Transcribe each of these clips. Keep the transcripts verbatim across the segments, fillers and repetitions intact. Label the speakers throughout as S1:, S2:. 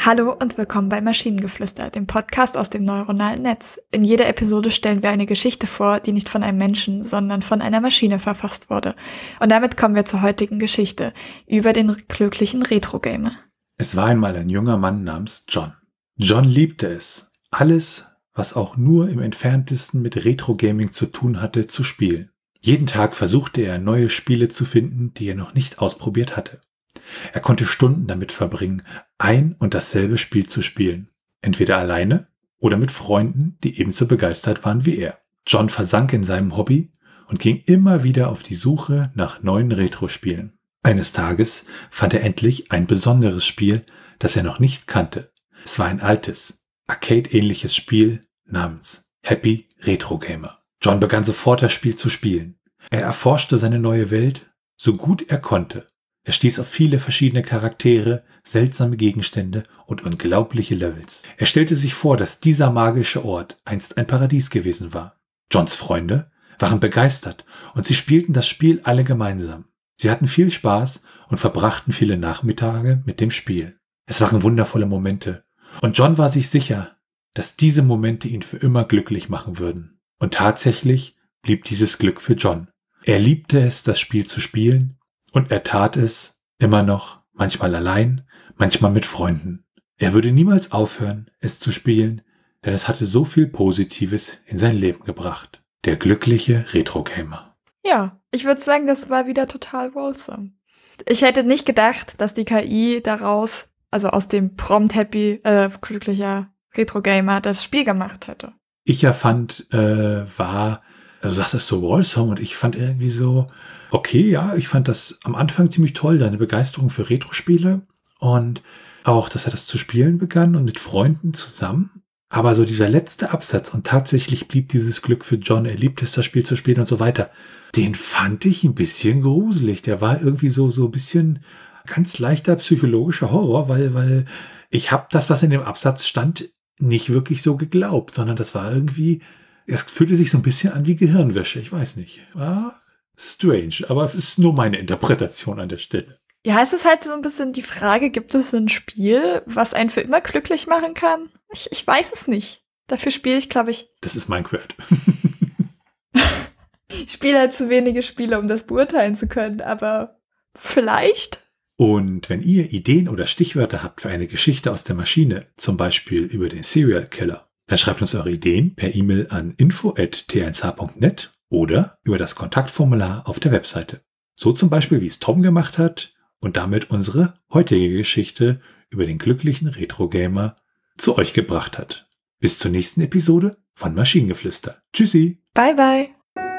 S1: Hallo und willkommen bei Maschinengeflüster, dem Podcast aus dem neuronalen Netz. In jeder Episode stellen wir eine Geschichte vor, die nicht von einem Menschen, sondern von einer Maschine verfasst wurde. Und damit kommen wir zur heutigen Geschichte über den glücklichen Retro-Gamer.
S2: Es war einmal ein junger Mann namens John. John liebte es, alles, was auch nur im entferntesten mit Retro-Gaming zu tun hatte, zu spielen. Jeden Tag versuchte er, neue Spiele zu finden, die er noch nicht ausprobiert hatte. Er konnte Stunden damit verbringen, ein und dasselbe Spiel zu spielen. Entweder alleine oder mit Freunden, die ebenso begeistert waren wie er. John versank in seinem Hobby und ging immer wieder auf die Suche nach neuen Retro-Spielen. Eines Tages fand er endlich ein besonderes Spiel, das er noch nicht kannte. Es war ein altes, Arcade-ähnliches Spiel namens Happy Retro Gamer. John begann sofort das Spiel zu spielen. Er erforschte seine neue Welt, so gut er konnte. Er stieß auf viele verschiedene Charaktere, seltsame Gegenstände und unglaubliche Levels. Er stellte sich vor, dass dieser magische Ort einst ein Paradies gewesen war. Johns Freunde waren begeistert und sie spielten das Spiel alle gemeinsam. Sie hatten viel Spaß und verbrachten viele Nachmittage mit dem Spiel. Es waren wundervolle Momente und John war sich sicher, dass diese Momente ihn für immer glücklich machen würden. Und tatsächlich blieb dieses Glück für John. Er liebte es, das Spiel zu spielen. Und er tat es immer noch, manchmal allein, manchmal mit Freunden. Er würde niemals aufhören, es zu spielen, denn es hatte so viel Positives in sein Leben gebracht. Der glückliche Retro-Gamer.
S1: Ja, ich würde sagen, das war wieder total wholesome. Ich hätte nicht gedacht, dass die K I daraus, also aus dem Prompt-Happy, äh, glücklicher Retro-Gamer, das Spiel gemacht hätte.
S2: Ich ja fand, äh, war, also du sagst es so wholesome und ich fand irgendwie so, okay, ja, ich fand das am Anfang ziemlich toll, deine Begeisterung für Retro-Spiele und auch, dass er das zu spielen begann und mit Freunden zusammen. Aber so dieser letzte Absatz und tatsächlich blieb dieses Glück für John, er liebt es, das Spiel zu spielen und so weiter, den fand ich ein bisschen gruselig. Der war irgendwie so so ein bisschen ganz leichter psychologischer Horror, weil weil ich habe das, was in dem Absatz stand, nicht wirklich so geglaubt, sondern das war irgendwie, es fühlte sich so ein bisschen an wie Gehirnwäsche, ich weiß nicht. War strange, aber es ist nur meine Interpretation an der Stelle.
S1: Ja, es ist halt so ein bisschen die Frage, gibt es ein Spiel, was einen für immer glücklich machen kann? Ich, ich weiß es nicht. Dafür spiele ich, glaube ich...
S2: Das ist Minecraft.
S1: Ich spiele halt zu wenige Spiele, um das beurteilen zu können, aber vielleicht...
S2: Und wenn ihr Ideen oder Stichwörter habt für eine Geschichte aus der Maschine, zum Beispiel über den Serial Killer, dann schreibt uns eure Ideen per E-Mail an info at t eins h punkt net oder über das Kontaktformular auf der Webseite. So zum Beispiel, wie es Tom gemacht hat und damit unsere heutige Geschichte über den glücklichen Retro-Gamer zu euch gebracht hat. Bis zur nächsten Episode von Maschinengeflüster. Tschüssi!
S1: Bye, bye!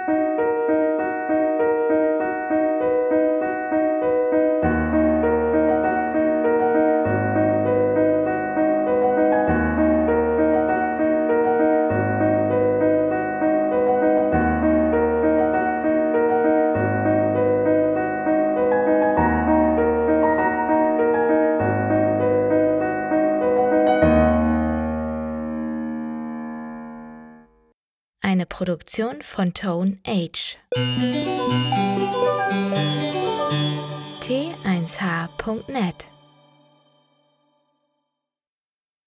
S3: Eine Produktion von Tone Age. t eins h punkt net